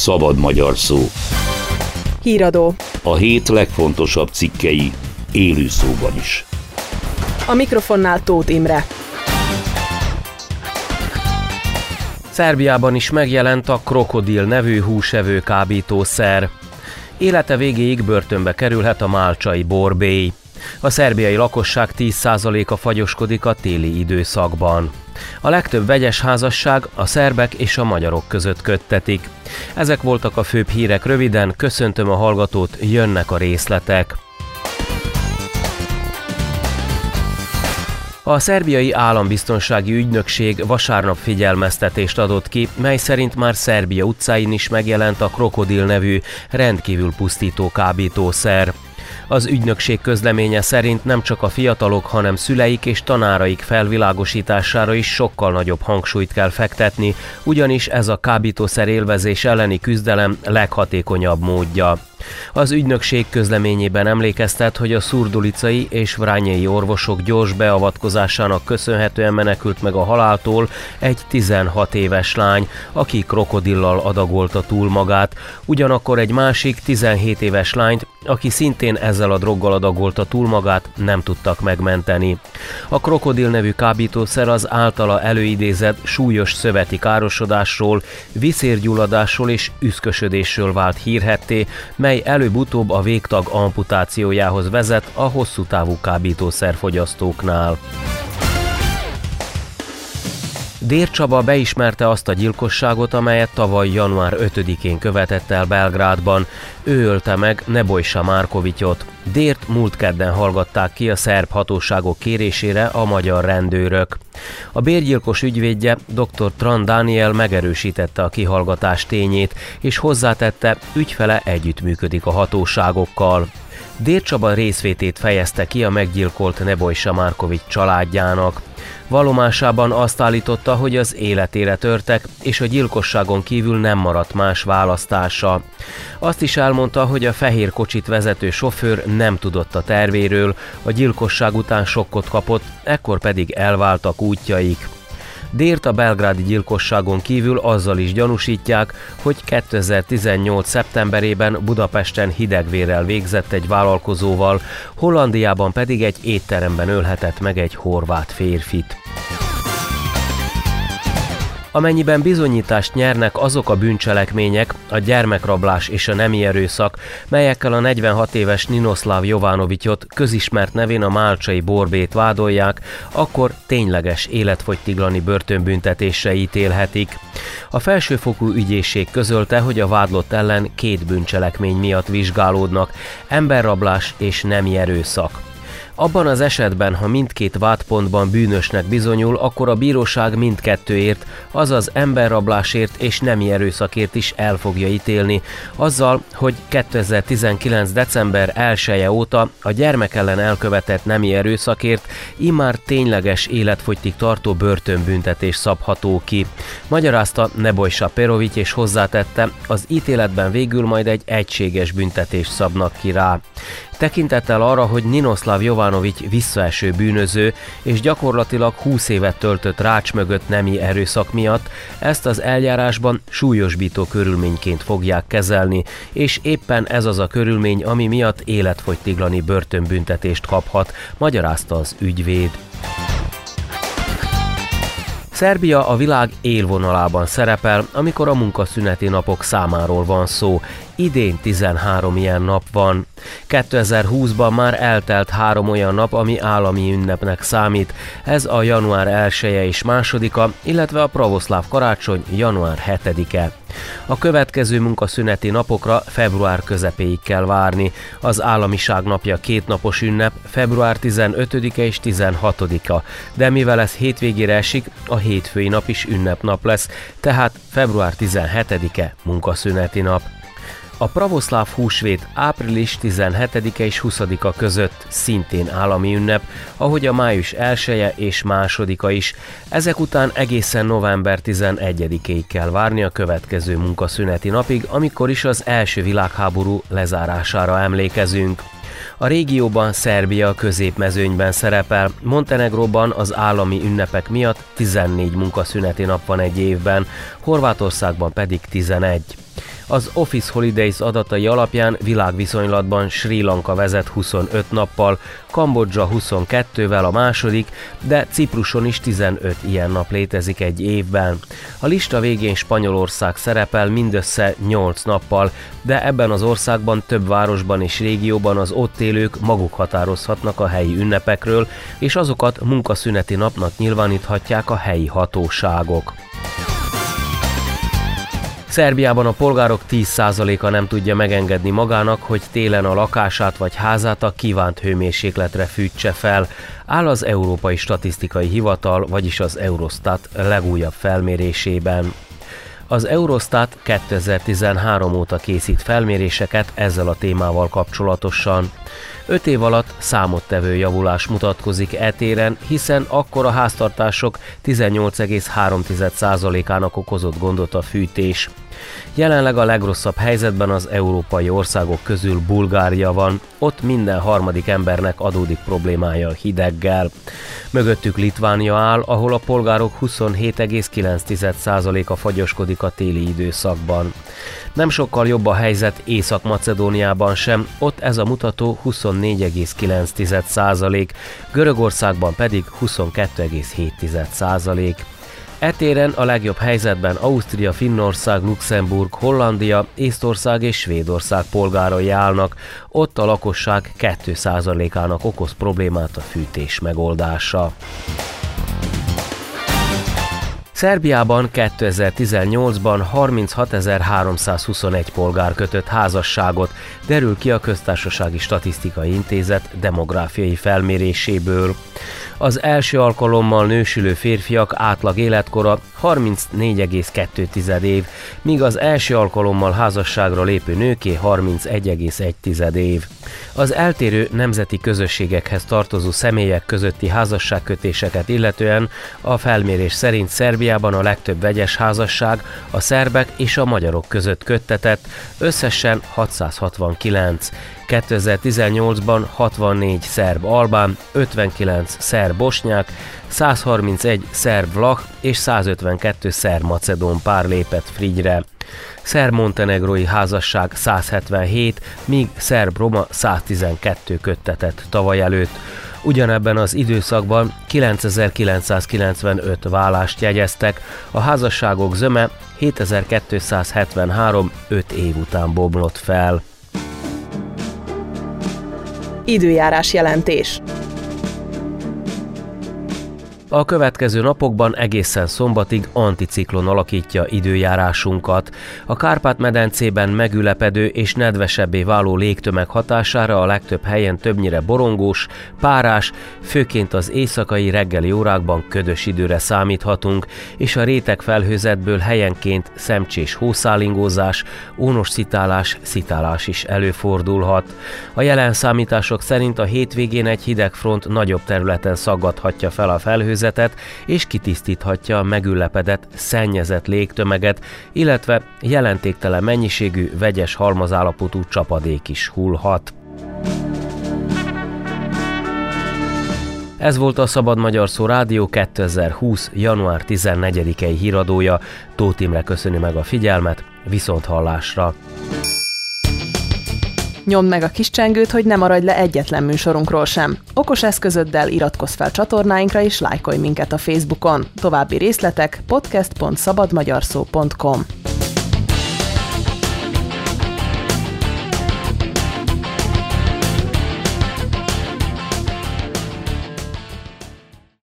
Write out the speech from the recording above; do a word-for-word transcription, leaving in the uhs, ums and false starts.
Szabad magyar szó. Híradó. A hét legfontosabb cikkei élő szóban is. A mikrofonnál Tóth Imre. Szerbiában is megjelent a krokodil nevű húsevő kábítószer. Élete végéig börtönbe kerülhet a málcsai borbély. A szerbiai lakosság tíz százaléka fagyoskodik a téli időszakban. A legtöbb vegyes házasság a szerbek és a magyarok között köttetik. Ezek voltak a főbb hírek röviden, köszöntöm a hallgatót, jönnek a részletek. A szerbiai állambiztonsági ügynökség vasárnap figyelmeztetést adott ki, mely szerint már Szerbia utcáin is megjelent a krokodil nevű rendkívül pusztító kábítószer. Az ügynökség közleménye szerint nem csak a fiatalok, hanem szüleik és tanáraik felvilágosítására is sokkal nagyobb hangsúlyt kell fektetni, ugyanis ez a kábítószer élvezés elleni küzdelem leghatékonyabb módja. Az ügynökség közleményében emlékeztet, hogy a szurdulicai és vrányai orvosok gyors beavatkozásának köszönhetően menekült meg a haláltól egy tizenhat éves lány, aki krokodillal adagolta túl magát, ugyanakkor egy másik tizenhét éves lányt, aki szintén ezzel a droggal adagolta túl magát, nem tudtak megmenteni. A krokodil nevű kábítószer az általa előidézett súlyos szöveti károsodásról, viszérgyulladásról és üszkösödésről vált hírhedté, mely előbb-utóbb a végtag amputációjához vezet a hosszú távú kábítószerfogyasztóknál. Dér Csaba beismerte azt a gyilkosságot, amelyet tavaly január ötödikén követett el Belgrádban. Ő ölte meg Nebojsa Markovićot. Dért múlt kedden hallgatták ki a szerb hatóságok kérésére a magyar rendőrök. A bérgyilkos ügyvédje, dr. Tran Dániel megerősítette a kihallgatás tényét, és hozzátette, ügyfele együttműködik a hatóságokkal. Dér Csaba részvétét fejezte ki a meggyilkolt Nebojsa Marković családjának. Vallomásában azt állította, hogy az életére törtek, és a gyilkosságon kívül nem maradt más választása. Azt is elmondta, hogy a fehér kocsit vezető sofőr nem tudott a tervéről, a gyilkosság után sokkot kapott, ekkor pedig elváltak útjaik. Dért a belgrádi gyilkosságon kívül azzal is gyanúsítják, hogy kétezer-tizennyolc. szeptemberében Budapesten hidegvérrel végzett egy vállalkozóval, Hollandiában pedig egy étteremben ölhetett meg egy horvát férfit. Amennyiben bizonyítást nyernek azok a bűncselekmények, a gyermekrablás és a nemi erőszak, melyekkel a negyvenhat éves Ninoslav Jovanovićot közismert nevén a málcsai borbét vádolják, akkor tényleges életfogytiglani börtönbüntetésre ítélhetik. A felsőfokú ügyészség közölte, hogy a vádlott ellen két bűncselekmény miatt vizsgálódnak, emberrablás és nemi erőszak. Abban az esetben, ha mindkét vádpontban bűnösnek bizonyul, akkor a bíróság mindkettőért, azaz emberrablásért és nemi erőszakért is el fogja ítélni, azzal, hogy kétezer-tizenkilenc. december elseje óta a gyermek ellen elkövetett nemi erőszakért immár tényleges életfogytig tartó börtönbüntetés szabható ki. Magyarázta Nebojsa Perović, és hozzátette, az ítéletben végül majd egy egységes büntetést szabnak ki rá. Tekintettel arra, hogy Ninoslav Jovanović visszaeső bűnöző, és gyakorlatilag húsz évet töltött rács mögött nemi erőszak miatt, ezt az eljárásban súlyosbító körülményként fogják kezelni, és éppen ez az a körülmény, ami miatt életfogytiglani börtönbüntetést kaphat, magyarázta az ügyvéd. Szerbia a világ élvonalában szerepel, amikor a munkaszüneti napok számáról van szó. Idén tizenhárom ilyen nap van. kétezer-húszban már eltelt három olyan nap, ami állami ünnepnek számít. Ez a január elseje és másodika, illetve a pravoszláv karácsony január hetedike. A következő munkaszüneti napokra február közepéig kell várni. Az államiság napja kétnapos ünnep, február tizenötödike és tizenhatodika, de mivel ez hétvégére esik, a hétfői nap is ünnepnap lesz, tehát február tizenhetedike munkaszüneti nap. A pravoszláv húsvét április tizenhetedike és huszadika között szintén állami ünnep, ahogy a május elseje és másodika is. Ezek után egészen november tizenegyedikéig kell várni a következő munkaszüneti napig, amikor is az első világháború lezárására emlékezünk. A régióban Szerbia középmezőnyben szerepel, Montenegróban az állami ünnepek miatt tizennégy munkaszüneti nap van egy évben, Horvátországban pedig tizenegy. Az Office Holidays adatai alapján világviszonylatban Srí Lanka vezet huszonöt nappal, Kambodzsa huszonkettővel a második, de Cipruson is tizenöt ilyen nap létezik egy évben. A lista végén Spanyolország szerepel mindössze nyolc nappal, de ebben az országban több városban és régióban az ott élők maguk határozhatnak a helyi ünnepekről, és azokat munkaszüneti napnak nyilváníthatják a helyi hatóságok. Szerbiában a polgárok tíz százaléka nem tudja megengedni magának, hogy télen a lakását vagy házát a kívánt hőmérsékletre fűtse fel, áll az Európai Statisztikai Hivatal, vagyis az Eurostat legújabb felmérésében. Az Eurostat kétezer-tizenhárom óta készít felméréseket ezzel a témával kapcsolatosan. Öt év alatt számottevő javulás mutatkozik e téren, hiszen akkor a háztartások tizennyolc egész három százalékának okozott gondot a fűtés. Jelenleg a legrosszabb helyzetben az európai országok közül Bulgária van, ott minden harmadik embernek adódik problémája a hideggel. Mögöttük Litvánia áll, ahol a polgárok huszonhét egész kilenc százaléka fagyoskodik a téli időszakban. Nem sokkal jobb a helyzet Észak-Macedóniában sem, ott ez a mutató huszonnégy egész kilenc százalék, Görögországban pedig huszonkettő egész hét százalék. E téren a legjobb helyzetben Ausztria, Finnország, Luxemburg, Hollandia, Észtország és Svédország polgárai állnak, ott a lakosság két százalékának okoz problémát a fűtés megoldása. Szerbiában kétezer-tizennyolcban harminchatezer-háromszázhuszonegy polgár kötött házasságot, derül ki a Köztársasági Statisztikai Intézet demográfiai felméréséből. Az első alkalommal nősülő férfiak átlag életkora harmincnégy egész kettő év, míg az első alkalommal házasságra lépő nőké harmincegy egész egy év. Az eltérő nemzeti közösségekhez tartozó személyek közötti házasságkötéseket illetően a felmérés szerint Szerbiában a legtöbb vegyes házasság a szerbek és a magyarok között köttetett, összesen hatszázhatvankilenc. kétezer-tizennyolcban hatvannégy szerb-albán, ötvenkilenc szerb-bosnyák, százharmincegy szerb-vlach és százötvenkettő szerb-macedón pár lépett frigyre. Szerb-montenegrói házasság százhetvenhét, míg szerb-roma száztizenkettő köttetett tavaly előtt. Ugyanebben az időszakban kilencezer-kilencszázkilencvenöt vállást jegyeztek, a házasságok zöme hétezer-kétszázhetvenhárom öt év után bomlott fel. Időjárás jelentés. A következő napokban egészen szombatig anticiklon alakítja időjárásunkat. A Kárpát-medencében megülepedő és nedvesebbé váló légtömeg hatására a legtöbb helyen többnyire borongós, párás, főként az éjszakai reggeli órákban ködös időre számíthatunk, és a réteg felhőzetből helyenként szemcsés hószálingózás, ónos szitálás, szitálás is előfordulhat. A jelen számítások szerint a hétvégén egy hideg front nagyobb területen szaggathatja fel a felhőzetet, és kitisztíthatja a megülepedett, szennyezett légtömeget, illetve jelentéktelen mennyiségű vegyes halmazállapotú csapadék is hullhat. Ez volt a Szabad Magyar Szó Rádió kétezer-húsz. január tizennegyedikei híradója. Tóth Imre köszöni meg a figyelmet, viszonthallásra! Nyomd meg a kis csengőt, hogy ne maradj le egyetlen műsorunkról sem. Okos eszközöddel iratkozz fel csatornáinkra és lájkolj minket a Facebookon. További részletek podcast pont szabadmagyarszó pont com.